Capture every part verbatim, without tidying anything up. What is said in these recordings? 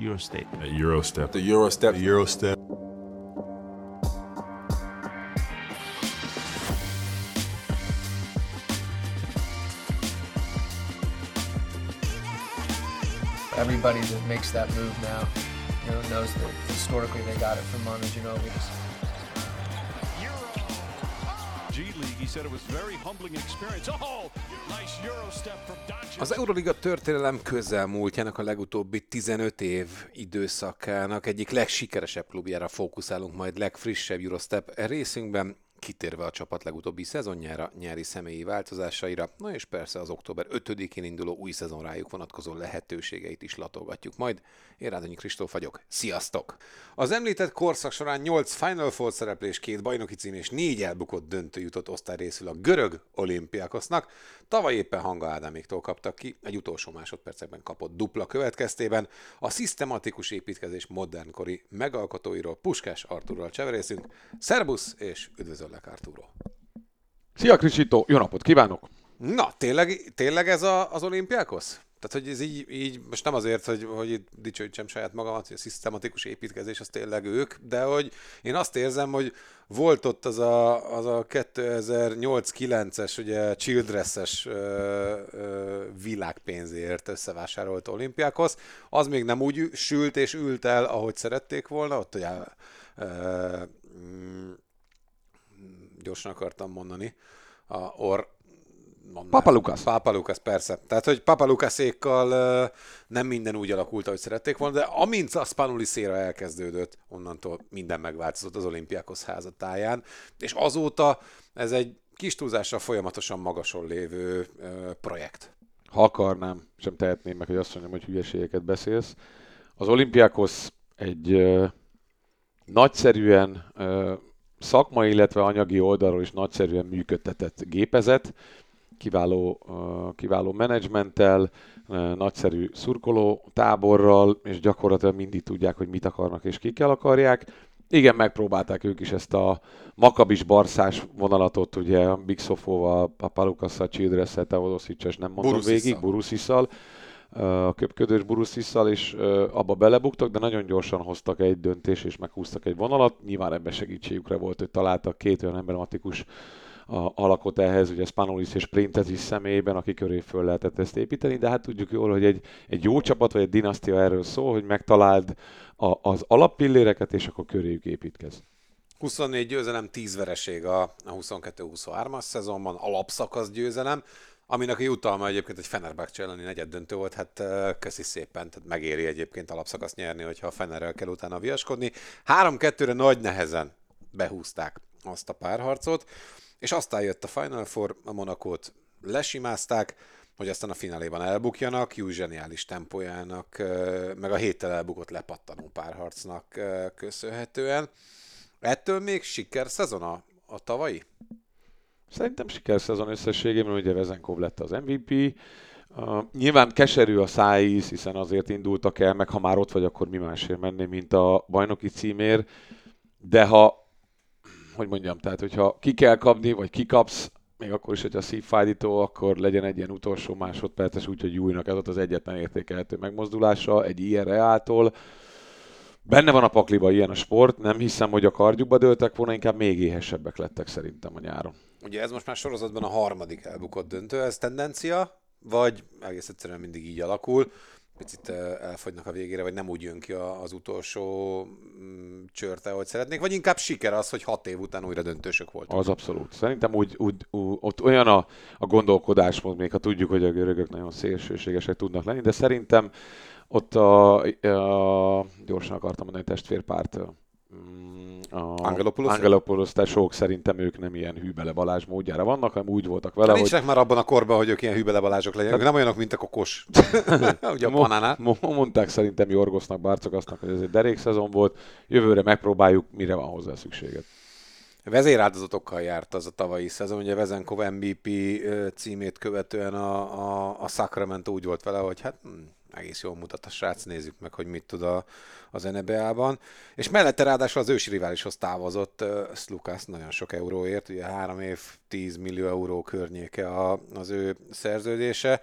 Eurostep. A Eurostep. The Eurostep. The Eurostep. Everybody that makes that move now, you know, knows that historically they got it from Manu Ginobili. G League, he said it was very humbling experience. Oh, nice Eurostep from Doncic. Az Euroliga történelem közelmúltjának a legutóbbi tizenöt év időszakának egyik legsikeresebb klubjára fókuszálunk majd legfrissebb Eurostep részünkben, kitérve a csapat legutóbbi szezonjára, nyári személyi változásaira, na és persze az október ötödikén induló új szezon rájuk vonatkozó lehetőségeit is latolgatjuk majd. Én Rádonyi Kristóf vagyok. Sziasztok! Az említett korszak során nyolc Final Four szereplés, két bajnoki cím és négy elbukott döntő jutott osztály részül a görög Olympiakosnak. Tavaly éppen Hanga Ádáméktól kaptak ki, egy utolsó másodpercekben kapott dupla következtében. A szisztematikus építkezés modernkori megalkotóiról, Puskás Artúrral cseverészünk. Szerbusz és üdvözöllek, Artúró! Szia Krisító, jó napot kívánok! Na, tényleg, tényleg ez a, az Olympiakos? Tehát, hogy ez így, így most nem azért, hogy, hogy itt dicsőítsem saját magamat, hogy a szisztematikus építkezés az tényleg ők, de hogy én azt érzem, hogy volt ott az a, az a kétezer-nyolc-kilences, ugye Childress-es ö, ö, világpénzért összevásárolt Olympiakos, az még nem úgy sült és ült el, ahogy szerették volna, ott ugye ö, mm, gyorsan akartam mondani, a Or Papalukas. Papalukas, persze. Tehát, hogy Papalukasékkal uh, nem minden úgy alakult, ahogy szerették volna, de amint a Spanulis-éra elkezdődött, onnantól minden megváltozott az Olympiakos házatáján, és azóta ez egy kis túlzásra folyamatosan magason lévő uh, projekt. Ha akarnám, sem tehetném meg, hogy azt mondjam, hogy hülyeségeket beszélsz. Az Olympiakos egy uh, nagyszerűen uh, szakmai, illetve anyagi oldalról is nagyszerűen működtetett gépezet, kiváló, uh, kiváló menedzsmenttel, uh, nagyszerű szurkoló táborral, és gyakorlatilag mindig tudják, hogy mit akarnak és kikkel akarják. Igen, megpróbálták ők is ezt a makabis barszás vonalatot, ugye a Big Sofóval, Papalukasszal, Childress-szel, Teodosic-es nem mondom Burusisszal. végig, Burusisszal, a köpködős Burusisszal is abba belebuktak, de nagyon gyorsan hoztak egy döntést és meghúztak egy vonalat. Nyilván ebben segítségükre volt, hogy találtak két olyan emblematikus alakot ehhez, ugye Spanulis és Printezis személyében, aki köré föl lehetett ezt építeni, de hát tudjuk jól, hogy egy, egy jó csapat vagy egy dinasztia erről szól, hogy megtaláld a, az alappilléreket, és akkor köréjük építkez. huszonnégy győzelem, tíz vereség a, a huszonkettő-huszonhármas szezonban, alapszakasz győzelem, aminek a jutalma egyébként egy Fenerbahce elleni negyed döntő volt, hát köszi szépen, tehát megéri egyébként alapszakaszt nyerni, hogyha a Fenerrel kell utána viaskodni. három kettőre nagy nehezen behúzták azt a párharcot, és aztán jött a Final Four, a Monacót lesimázták, hogy aztán a fináléban elbukjanak, Hughes zseniális tempójának, meg a héttel elbukott lepattanó párharcnak köszönhetően. Ettől még sikerszezon a, a tavalyi? Szerintem sikerszezon összességében, ugye Vezenkov lett az em vé pé. Uh, nyilván keserű a szájíz, hiszen azért indultak el, meg ha már ott vagy, akkor mi másért menni, mint a bajnoki címér. De ha, hogy mondjam, tehát hogyha ki kell kapni, vagy kikapsz, még akkor is, hogyha szívfájdító, akkor legyen egy ilyen utolsó másodperces, úgyhogy Jújnak ez ott az egyetlen értékelhető megmozdulása egy ilyen Reáltól. Benne van a pakliba ilyen a sport, nem hiszem, hogy a kardjukba dőltek volna, inkább még éhesebbek lettek szerintem a nyáron. Ugye ez most már sorozatban a harmadik elbukott döntő, ez tendencia, vagy egész egyszerűen mindig így alakul, picit elfogynak a végére, vagy nem úgy jön ki az utolsó csörte, ahogy szeretnék, vagy inkább siker az, hogy hat év után újra döntősök voltak. Az abszolút. Szerintem úgy, úgy, úgy ott olyan a, a gondolkodásmód, még ha tudjuk, hogy a görögök nagyon szélsőségesek tudnak lenni, de szerintem ott a, a gyorsan akartam mondani, testvérpárt, Angelopoulos? Angelopoulos tesók, szerintem ők nem ilyen Hűbele Balázs módjára vannak, hanem úgy voltak vele, de hogy... Nincsenek már abban a korban, hogy ők ilyen Hűbele Balázsok legyenek, ők nem olyanok, mint a Kokos. Ugye a Panánál. Mondták szerintem Jorgosznak, Barcokasznak, hogy ez egy derék szezon volt, jövőre megpróbáljuk, mire van hozzá szükséged. Vezéráldozatokkal járt az a tavalyi szezon, ugye Vezenkov em vé pé címét követően a, a, a Sacramento úgy volt vele, hogy hát hm, egész jól mutat a srác, nézzük meg, hogy mit tud a, az en bé á-ban. És mellette ráadásul az ősi riválishoz távozott uh, Slukas nagyon sok euróért, ugye három év, tíz millió euró környéke a, az ő szerződése.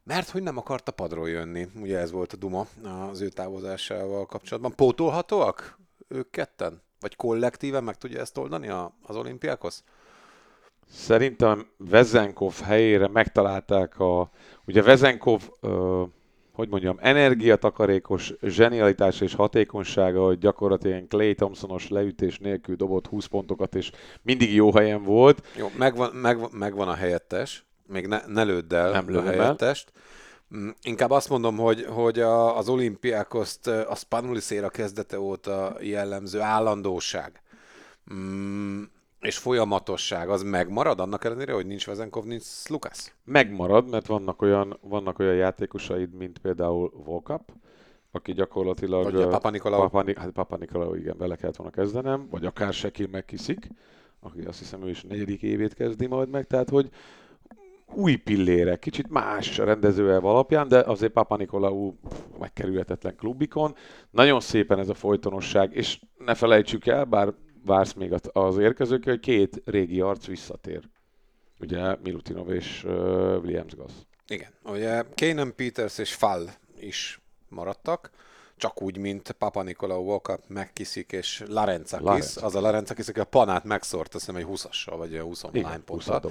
Mert hogy nem akart a padról jönni. Ugye ez volt a duma az ő távozásával kapcsolatban. Pótolhatóak ők ketten? Vagy kollektíven meg tudja ezt oldani a, az Olympiakos? Szerintem Vezenkov helyére megtalálták a... Ugye Vezenkov, ö, hogy mondjam, energiatakarékos zsenialitás és hatékonysága, hogy gyakorlatilag Klay Thompsonos leütés nélkül dobott húsz pontokat, és mindig jó helyen volt. Jó, megvan, megvan, megvan a helyettes. Még ne, ne lődd el Nem a lövöm el. helyettest. Mm, Inkább azt mondom, hogy, hogy a, az Olympiakoszt a Spanuliszéra kezdete óta jellemző állandóság mm, és folyamatosság, az megmarad annak ellenére, hogy nincs Vezenkov, nincs Slukas? Megmarad, mert vannak olyan, vannak olyan játékosaid, mint például Volkap, aki gyakorlatilag... Vagy a Papa Nikolaou. Papa, hát Papa Nikolaou, igen, bele kellett volna kezdenem, vagy akár Shaquille McKissick, aki azt hiszem ő is negyedik évét kezdi majd meg, tehát hogy új pillére, kicsit más rendezőelv alapján, de azért Papa Nikolaou megkerülhetetlen klubikon. Nagyon szépen ez a folytonosság, és ne felejtsük el, bár vársz még az érkezők, hogy két régi arc visszatér. Ugye Milutinov és uh, Williams Goss. Igen. Ugye Kanan Peters és Fall is maradtak, csak úgy, mint Papa Nikolaou, Volkap, McKissick és Larenzakis. Larenzakis. Az a Larenzakis, aki a panát megszórt, azt hiszem egy húszassal, vagy olyan huszonhány ponttal.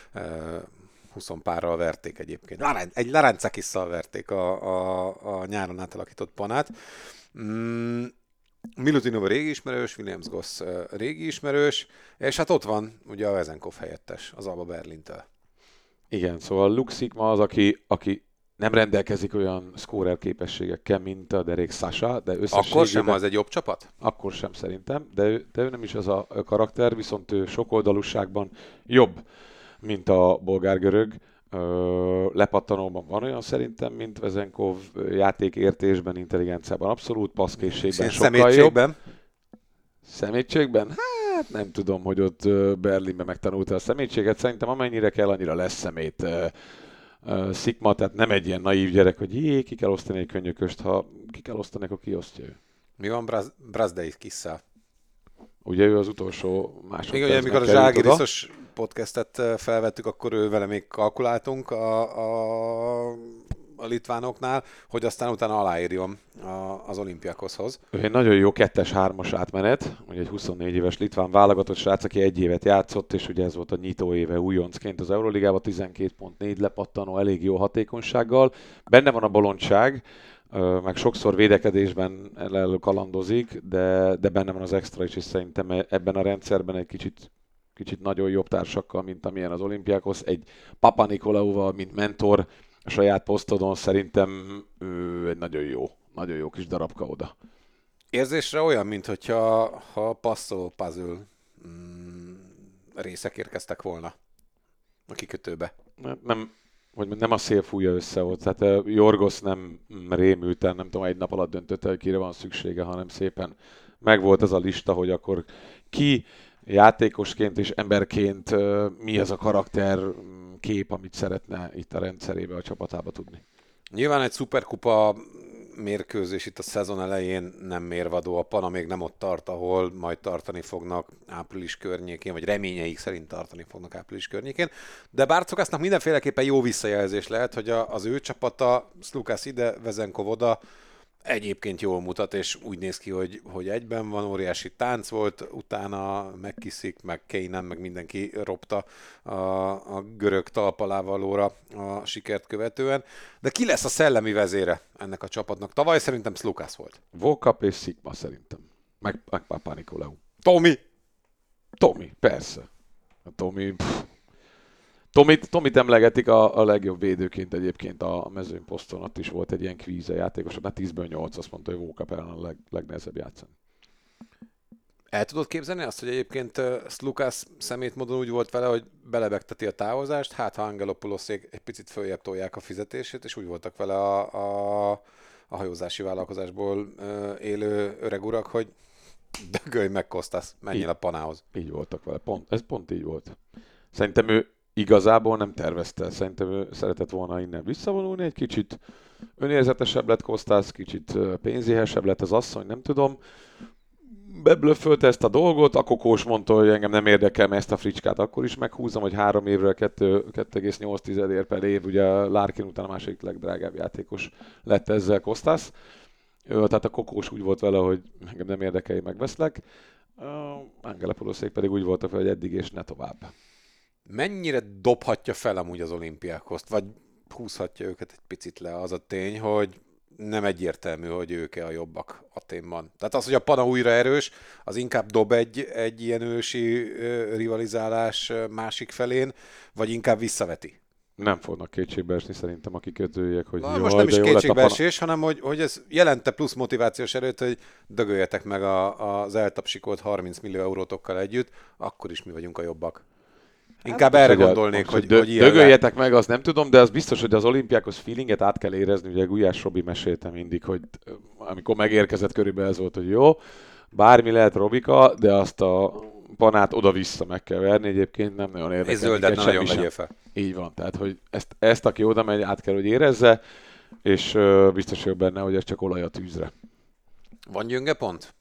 húsz párral verték egyébként. Laren, egy Larencakisszal verték a, a, a nyáron átalakított panát. Mm, Milutinov a régi ismerős, Williams Goss régi ismerős, és hát ott van ugye a Vezenkov helyettes, az Alba Berlintől. Igen, szóval Luke Sikma az, aki, aki nem rendelkezik olyan scorer képességekkel, mint a Derek Sasha, de összességében... Akkor sem az egy jobb csapat? Akkor sem szerintem, de ő, de ő nem is az a karakter, viszont ő sokoldalúságban jobb, mint a bolgár-görög. Lepattanóban van olyan szerintem, mint Vezenkov, játékértésben, intelligenciában abszolút, passzkészségben sokkal szemétségben. jobb. Szemétségben? Hát nem tudom, hogy ott Berlinben megtanulta a szemétséget. Szerintem amennyire kell, annyira lesz szemét. Sikma, tehát nem egy ilyen naív gyerek, hogy jé, ki kell osztani egy könyököst, ha ki kell osztani, akkor kiosztja ő. Mi van Brazdeikisszel? Ugye ő az utolsó másodpercben még ugye, amikor a Zságiriszos podcastet felvettük, akkor ő vele még kalkuláltunk a, a, a litvánoknál, hogy aztán utána aláírjon a, az Olympiakoshoz. Ő egy nagyon jó kettes-hármas átmenet, ugye egy huszonnégy éves litván válogatott srác, aki egy évet játszott, és ugye ez volt a nyitó éve újoncként az Euróligában, tizenkét pont négy lepattanó, elég jó hatékonysággal. Benne van a bolondság, meg sokszor védekezésben kalandozik, de, de benne van az extra is, és szerintem ebben a rendszerben egy kicsit, kicsit nagyon jobb társakkal, mint amilyen az Olympiakos. Egy Papa Nikolaouval, mint mentor a saját posztodon, szerintem ő egy nagyon jó, nagyon jó kis darabka oda. Érzésre olyan, mintha ha passzoló puzzle mm, részek érkeztek volna a kikötőbe. Nem, vagy nem a szél fújja össze ott. Tehát Jorgos nem rémülten, nem tudom, egy nap alatt döntötte, hogy kire van szüksége, hanem szépen megvolt az a lista, hogy akkor ki játékosként és emberként mi az a karakter kép, amit szeretne itt a rendszerébe, a csapatába tudni. Nyilván egy szuperkupa mérkőzés itt a szezon elején nem mérvadó, a Pana még nem ott tart, ahol majd tartani fognak április környékén, vagy reményeik szerint tartani fognak április környékén, de Barcokásznak mindenféleképpen jó visszajelzés lehet, hogy a, az ő csapata, Slukas ide, Vezenkov oda, egyébként jól mutat, és úgy néz ki, hogy, hogy egyben van, óriási tánc volt, utána McKissick, meg Kanan, meg mindenki ropta a, a görög talpalávalóra a sikert követően. De ki lesz a szellemi vezére ennek a csapatnak? Tavaly szerintem Slukas volt. Volkap és Sikma szerintem. Meg, meg Papa Nikolaou. Tomi! Tomi, persze. A Tomi... Pff. Tomit, Tomit emlegetik a, a legjobb védőként egyébként a mezőnyposzton, ott is volt egy ilyen kvíze játékos, hát tízből nyolc azt mondta, hogy Volkap ellen a leg, legnehezebb játszani. El tudod képzelni azt, hogy egyébként Slukas szemétmódon úgy volt vele, hogy belebegteti a távozást, hát ha Angelopouloszék egy picit följebb tolják a fizetését, és úgy voltak vele a, a, a hajózási vállalkozásból élő öreg urak, hogy dögölj meg, Kostas, menjél a Panához. Így voltak vele, pont, ez pont így volt. Szerintem ő igazából nem tervezte. Szerintem ő szeretett volna innen visszavonulni, egy kicsit önérzetesebb lett Kostas, kicsit pénzéhesebb lett az asszony, nem tudom. beblöffölte ezt a dolgot, a Kokós mondta, hogy engem nem érdekel, mert ezt a fricskát akkor is meghúzom, hogy három évre kettő egész nyolc ér per év, ugye Larkin után a második legdrágább játékos lett ezzel Kostas. Tehát a Kokós úgy volt vele, hogy engem nem érdekel, megveszlek. Angelopoulosék pedig úgy voltak vele, hogy eddig és ne tovább. Mennyire dobhatja fel amúgy az Olympiákoszt, vagy húzhatja őket egy picit le az a tény, hogy nem egyértelmű, hogy ők-e a jobbak Athénban. Tehát az, hogy a Pana újra erős, az inkább dob egy, egy ilyen ősi ö, rivalizálás másik felén, vagy inkább visszaveti? Nem fognak kétségbe esni szerintem a kikötőjek, hogy Na, jaj, most nem is de jó lett a kétségbeesés, hanem hogy, hogy ez jelente plusz motivációs erőt, hogy dögöljetek meg a, az eltapsikolt harminc millió eurótokkal együtt, akkor is mi vagyunk a jobbak. Inkább hát, erre gondolnék, hogy, dö- hogy ilyen dögöljetek meg, azt nem tudom, de az biztos, hogy az olimpiákos feelinget át kell érezni. Ugye Gulyás Robi mesélte mindig, hogy amikor megérkezett, körülbelül ez volt, hogy jó, bármi lehet Robika, de azt a Panát oda-vissza meg kell verni, egyébként nem nagyon érdekel. És zöldet nem nagyon vegyél fel. Így van, tehát hogy ezt, ezt, aki oda megy, át kell, hogy érezze, és uh, biztos vagyok benne, hogy ez csak olaj a tűzre. Van gyönge pont?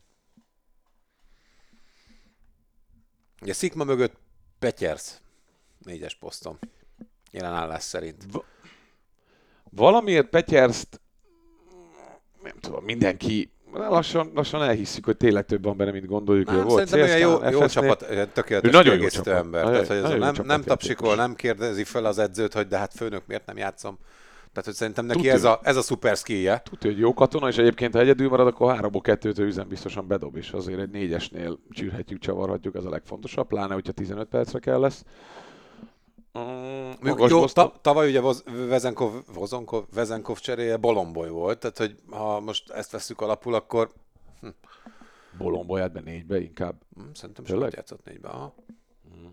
Ugye Szikma mögött Petyers négyes poszton, jelen állás szerint. Va- valamiért Petyerszt, nem tudom, mindenki lassan, lassan elhisszük, hogy tényleg több van benne, mint gondoljuk. Nem, volt szerintem olyan jó, jó csapat, tökéletes nagyon jó csapat. ember. Tehát, hogy ez nem, nem tapsikol, nem kérdezi fel az edzőt, hogy de hát főnök, miért nem játszom. Tehát, hogy szerintem neki ez a, ez a szuper skillje. Tudja, hogy jó katona, és egyébként, ha egyedül marad, akkor háromból kettőtől üzen biztosan bedob, és azért egy négyesnél csűrhetjük, csavarhatjuk, ez a legfontosabb, pláne, hogyha tizenöt percre kell lesz. Mm, jó, ta, tavaly ugye Vezenkov, Vozonkov, Vezenkov cseréje Bolomboly volt, tehát hogy ha most ezt vesszük alapul, akkor... Hm. Bolomboly hát be négybe inkább. Hm, szerintem sokat játszott négybe, aha. Hm.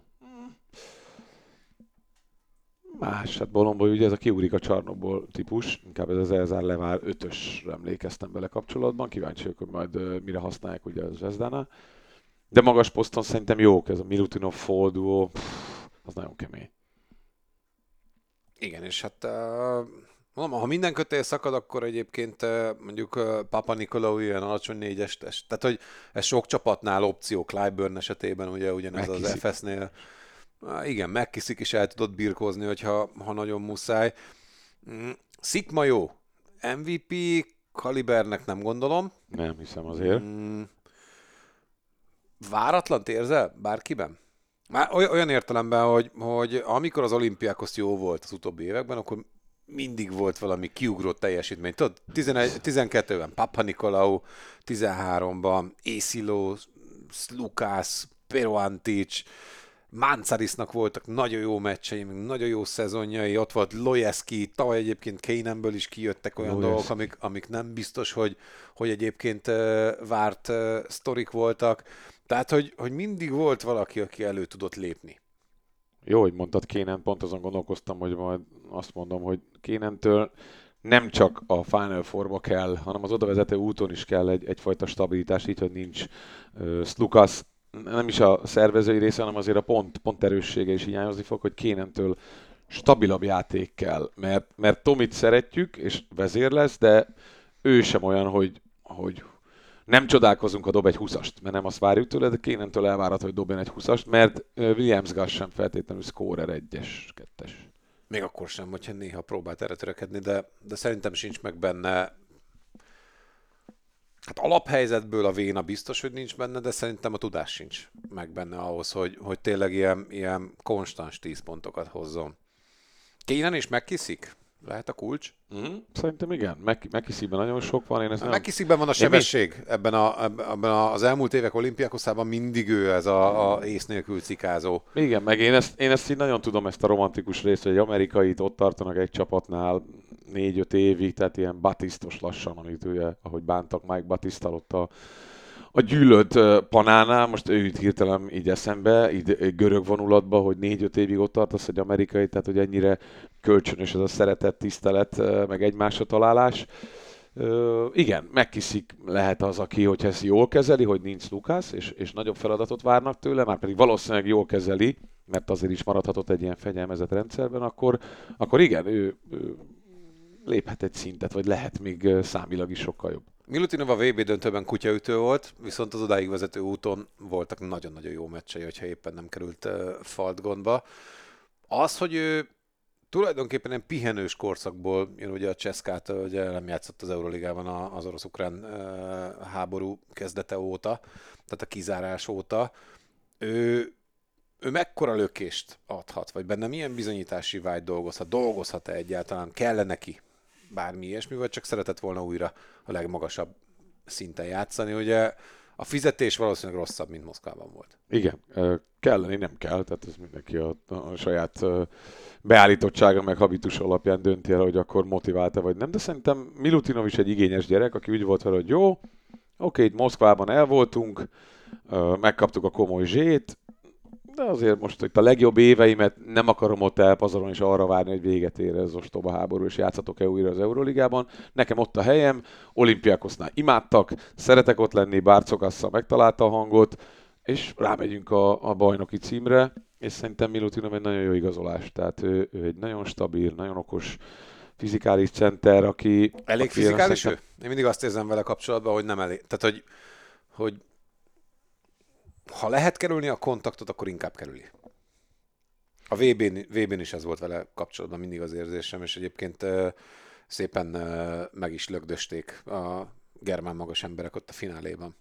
Más, hát Bolomboly ugye ez a kiugrik a csarnokból típus, inkább ez az Elzár Levár ötösre emlékeztem vele kapcsolatban, kíváncsi vagyok, hogy majd uh, mire használják ugye a Zvezdánál. De magas poszton szerintem jók, ez a Milutinov Fall duo, pff, az nagyon kemény. Igen, és hát uh, mondom, ha minden kötél szakad, akkor egyébként uh, mondjuk uh, Papa Nikolaou ilyen alacsony négyes test. Tehát, hogy ez sok csapatnál opció, Clyburn esetében ugye ugyanez McKissick. Az ef es-nél. Uh, igen, McKissick is el tudott birkózni, hogyha ha nagyon muszáj. Mm, Szikma jó. em vé pé kalibernek nem gondolom. Nem hiszem azért. Mm, váratlant érzel bárkiben? Már olyan értelemben, hogy, hogy amikor az Olympiákos jó volt az utóbbi években, akkor mindig volt valami kiugrott teljesítmény. Tudod, tizenegy, tizenkettőben Papa Nikolaou, tizenháromban Észiló, Lukász, Peroantic, Mancarisnak voltak nagyon jó meccsei, nagyon jó szezonjai, ott volt Lojeszki, tavaly egyébként Keinenből is kijöttek olyan Lojeszki. dolgok, amik, amik nem biztos, hogy, hogy egyébként uh, várt uh, sztorik voltak. Tehát, hogy, hogy mindig volt valaki, aki elő tudott lépni. Jó, hogy mondtad Kénen, pont azon gondolkoztam, hogy majd azt mondom, hogy Kénentől nem csak a Final Fourba kell, hanem az odavezető úton is kell egy, egyfajta stabilitás, így, hogy nincs uh, Slukasz, nem is a szervezői része, hanem azért a pont, pont erőssége is hiányozni fog, hogy Kénentől stabilabb játék kell, mert, mert Tomit szeretjük, és vezér lesz, de ő sem olyan, hogy, hogy nem csodálkozunk, ha dob egy húszast, mert nem azt várjuk tőle, de Kénentől elvárható, hogy dobjon egy húszast, mert Williams Gas sem feltétlenül scorer egyes, kettes. Még akkor sem, hogyha néha próbált erre törekedni, de, de szerintem sincs meg benne. Hát alaphelyzetből a véna biztos, hogy nincs benne, de szerintem a tudás sincs meg benne ahhoz, hogy, hogy tényleg ilyen, ilyen konstans tíz pontokat hozzon. Kénen is McKissick? Lehet a kulcs? Mm, szerintem igen. McKissickben nagyon sok van. Én ezt nem... McKissickben van a sebesség. Én... Ebben, a, ebben az elmúlt évek olimpiákoszában mindig ő ez a, a ész nélkül cikázó. Igen, meg én ezt, én ezt így nagyon tudom, ezt a romantikus részt, hogy egy amerikait ott tartanak egy csapatnál négy-öt évig, tehát ilyen Batistos lassan, amit ugye, ahogy bántak Mike Batistal ott a, a gyűlölt Panánál, most ő jut hirtelen így eszembe, így görög vonulatba, hogy négy-öt évig ott tartasz egy amerikai, tehát hogy ennyire kölcsönös ez a szeretet, tisztelet, meg egymásra találás. Uh, igen, McKissick lehet az, aki, hogyha ezt jól kezeli, hogy nincs Lukász, és, és nagyobb feladatot várnak tőle, már pedig valószínűleg jól kezeli, mert azért is maradhatott egy ilyen fegyelmezett rendszerben, akkor, akkor igen, ő, ő léphet egy szintet, vagy lehet még számilag is sokkal jobb. Milutinov a vé bé döntőben kutyaütő volt, viszont az odáig vezető úton voltak nagyon-nagyon jó meccsei, hogyha éppen nem került uh, faltgondba. Az, hogy ő tulajdonképpen ilyen pihenős korszakból jön ugye a Cseszkát, ugye nem játszott az Euroligában az orosz-ukrán uh, háború kezdete óta, tehát a kizárás óta. Ő, ő mekkora lökést adhat, vagy benne milyen bizonyítási vágy dolgozhat, dolgozhat-e egyáltalán, kell neki bármi ilyesmi, vagy csak szeretett volna újra a legmagasabb szinten játszani. Ugye a fizetés valószínűleg rosszabb, mint Moszkvában volt. Igen, kelleni nem kell, tehát ez mindenki a, a saját beállítottsága meg habitus alapján dönti el, hogy akkor motiválta vagy nem, de szerintem Milutinov is egy igényes gyerek, aki úgy volt vele, hogy jó, oké, itt Moszkvában el voltunk, megkaptuk a komoly zsét, de azért most itt a legjobb éveimet nem akarom ott elpazarolni és arra várni, hogy véget ér ez az ostoba háború, és játszhatok-e újra az Euroligában. Nekem ott a helyem, Olimpiákosznál imádtak, szeretek ott lenni, Barcokasszal megtalálta a hangot, és rámegyünk a, a bajnoki címre, és szerintem Milutinov egy nagyon jó igazolás. Tehát ő, ő egy nagyon stabil, nagyon okos fizikális center, aki... Elég aki fizikális szerintem... ő? Én mindig azt érzem vele kapcsolatban, hogy nem elég. Tehát, hogy, hogy ha lehet kerülni a kontaktot, akkor inkább kerüli. A vé bén, vé bén is ez volt vele kapcsolatban mindig az érzésem, és egyébként uh, szépen uh, meg is lögdösték a germán magas emberek ott a fináléban.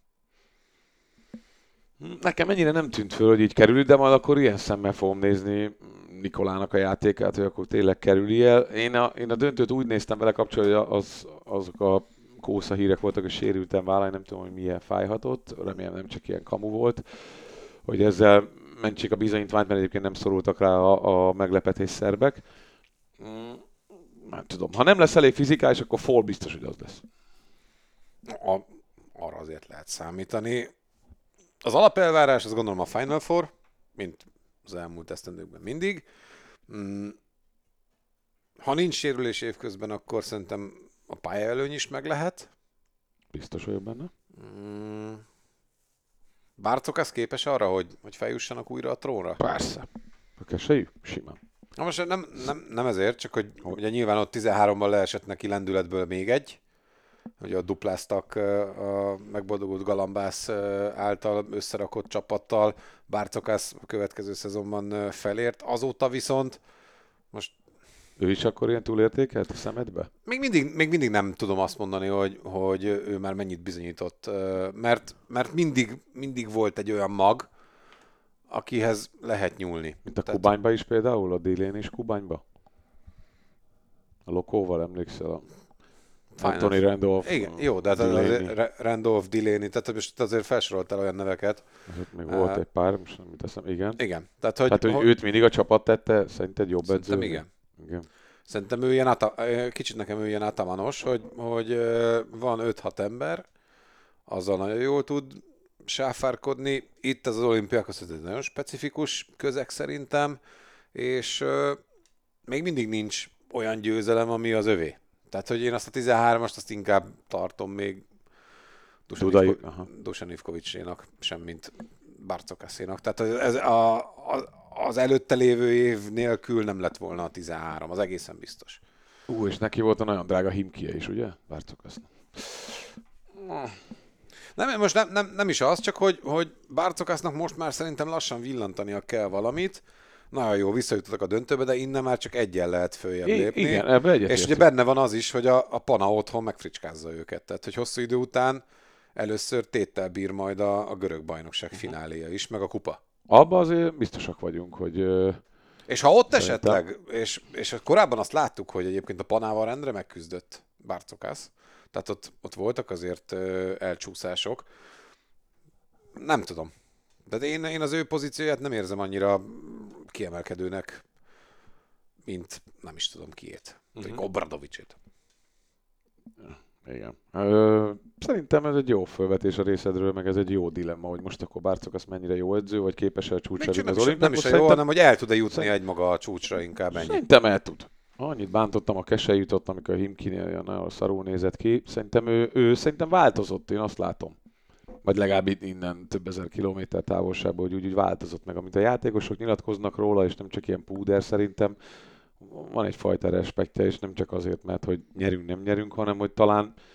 Nekem ennyire nem tűnt föl, hogy így kerül, de majd akkor ilyen szemmel fogom nézni Nikolának a játékát, hogy akkor tényleg kerüli el. Én a, én a döntőt úgy néztem vele kapcsolatban, hogy az, azok a kósza hírek voltak, hogy sérültem vállal, nem tudom, hogy milyen fájhatott, remélem nem csak ilyen kamu volt, hogy ezzel mentsék a bizonyítványt, mert egyébként nem szorultak rá a, a meglepetés szerbek. Mm, nem tudom, ha nem lesz elég fizikális, akkor Fall biztos, hogy az lesz. A, arra azért lehet számítani. Az alapelvárás, azt gondolom a Final Four, mint az elmúlt esztendőkben mindig. Mm, ha nincs sérülés évközben, akkor szerintem a pályaelőny is meg lehet. Biztos vagyok benne. Mm. Barcokas képes arra, hogy, hogy feljussanak újra a trónra? Persze. A keselyű? Simán. Na most nem, nem, nem ezért, csak hogy ugye nyilván ott tizenháromban leesett neki lendületből még egy, hogy a dupláztak a megboldogult Galambász által összerakott csapattal, Barcokas a következő szezonban felért, azóta viszont most ő is akkor ilyen túlértékelt a szemedbe? Még mindig, még mindig nem tudom azt mondani, hogy, hogy ő már mennyit bizonyított, mert, mert mindig, mindig volt egy olyan mag, akihez lehet nyúlni. Mint a Tehát... Kubányba is például, a Délén is Kubányba? A Lokóval emlékszel? A Anthony Randolph. Igen, jó, de hát azért Randolph, Delaney, tehát most azért felsoroltál olyan neveket. Hát még volt uh, egy pár, most nem teszem, igen. Igen. Tehát, hogy, tehát, hogy hogy őt mindig a csapat tette, szerinted jobb edző? Szerintem igen. igen. Szerintem ő ilyen, ata, kicsit nekem ő ilyen atamanos, hogy, hogy van öt-hat ember, azzal nagyon jól tud sáfárkodni. Itt az Olimpiákos egy nagyon specifikus közeg szerintem, és még mindig nincs olyan győzelem, ami az övé. Tehát, hogy én azt a tizenhármast azt inkább tartom még Dusan Ivkovicsénak, semmint Barcokasénak. Tehát ez a, a, az előtte lévő év nélkül nem lett volna a tizenhárom, az egészen biztos. Ú, és neki volt a nagyon drága Himkie is, ugye? Barcokasnak. Nem, most nem, nem, nem is az, csak hogy, hogy Barcokasnak most már szerintem lassan villantania kell valamit. Nagyon jó, visszajutottak a döntőbe, de innen már csak egyen lehet följebb lépni. Igen, ebbe egyetértek. És ugye benne van az is, hogy a, a Pana otthon megfricskázza őket. Tehát, hogy hosszú idő után először téttel bír majd a, a görög bajnokság fináléja is, meg a kupa. Abba azért biztosak vagyunk, hogy... És ha ott szerintem... esetleg, és, és korábban azt láttuk, hogy egyébként a Panával rendre megküzdött Barcokas, tehát ott, ott voltak azért elcsúszások. Nem tudom. De én, én az ő pozícióját nem érzem annyira kiemelkedőnek, mint nem is tudom kiét. Uh-huh. Obradovicsét. Igen. Ö, szerintem ez egy jó felvetés a részedről, meg ez egy jó dilemma, hogy most akkor Barcokas mennyire jó edző, vagy képes el csúcsra vinni az olimpiákon. Nem is a jó, hanem hogy el tud-e jutni szerint... egymaga a csúcsra, inkább ennyi. Szerintem el tud. Annyit bántottam a keselyűt, amikor a Himkinél nagyon szarul nézett ki. Szerintem ő, ő szerintem változott, én azt látom. Vagy legalább innen több ezer kilométer távolságban, hogy úgy, úgy változott meg, amit a játékosok nyilatkoznak róla, és nem csak ilyen púder szerintem. Van egyfajta respektje, és nem csak azért, mert hogy nyerünk, nem nyerünk, hanem hogy talán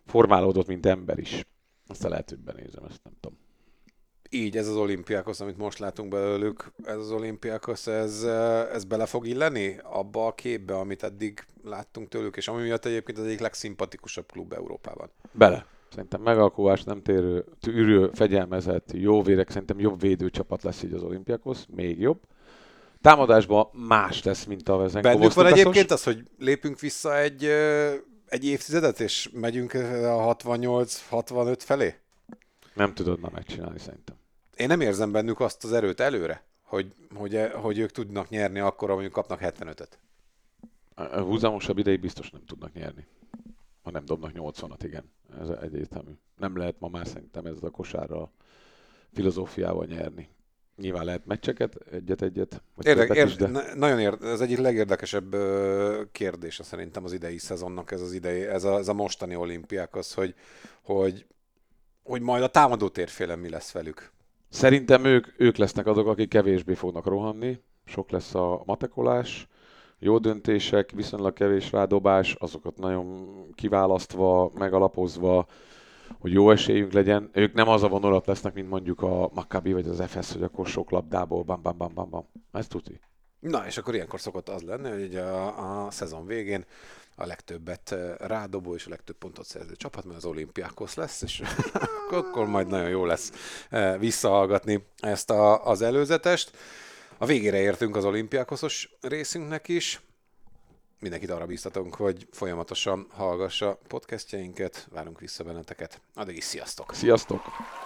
formálódott, mint ember is. Aztán lehet, hogy benézem, ezt nem tudom. Így ez az Olympiakos, amit most látunk belőlük, ez az Olympiakos, ez, ez bele fog illeni abba a képbe, amit eddig láttunk tőlük, és ami miatt egyébként az egyik legszimpatikusabb klub Európában. Bele. Szerintem megalkuvás, nem térő, tűrő, fegyelmezett, jó vérek, szerintem jobb védőcsapat lesz így az Olympiakos, még jobb. Támadásban más lesz, mint a Vezenkov. Bennük van egyébként az, hogy lépünk vissza egy, egy évtizedet, és megyünk a hatvannyolc hatvanöt felé? Nem tudod már megcsinálni szerintem. Én nem érzem bennük azt az erőt előre, hogy, hogy, hogy ők tudnak nyerni akkor, amikor kapnak hetvenötöt. A húzamosabb ideig biztos nem tudnak nyerni. Ha nem dobnak nyolcvanat, igen. Ez egyértelmű. Nem lehet ma már szerintem ezzel a kosárral filozófiával nyerni. Nyilván lehet meccseket, egyet-egyet. Érdek, érde, is, de... na, nagyon érde, ez egyik legérdekesebb kérdése szerintem az idei szezonnak, ez az idei, ez a, ez a mostani olimpiákhoz, hogy, hogy, hogy majd a támadó térfélen mi lesz velük. Szerintem ők, ők lesznek azok, akik kevésbé fognak rohanni. Sok lesz a matekolás, jó döntések, viszonylag kevés rádobás, azokat nagyon kiválasztva, megalapozva, hogy jó esélyünk legyen. Ők nem az a vonulat lesznek, mint mondjuk a Maccabi vagy az ef es, hogy akkor sok labdából bam bam bam bam bam. Ez tuti. Na, és akkor ilyenkor szokott az lenni, hogy a, a szezon végén a legtöbbet rádobó és a legtöbb pontot szerző csapat, mert az Olympiakos lesz, és akkor majd nagyon jó lesz visszahallgatni ezt a, az előzetest. A végére értünk az Olympiakosos részünknek is. Mindenkit arra bíztatunk, hogy folyamatosan hallgassa podcastjainket, várunk vissza benneteket. Addig is sziasztok! Sziasztok!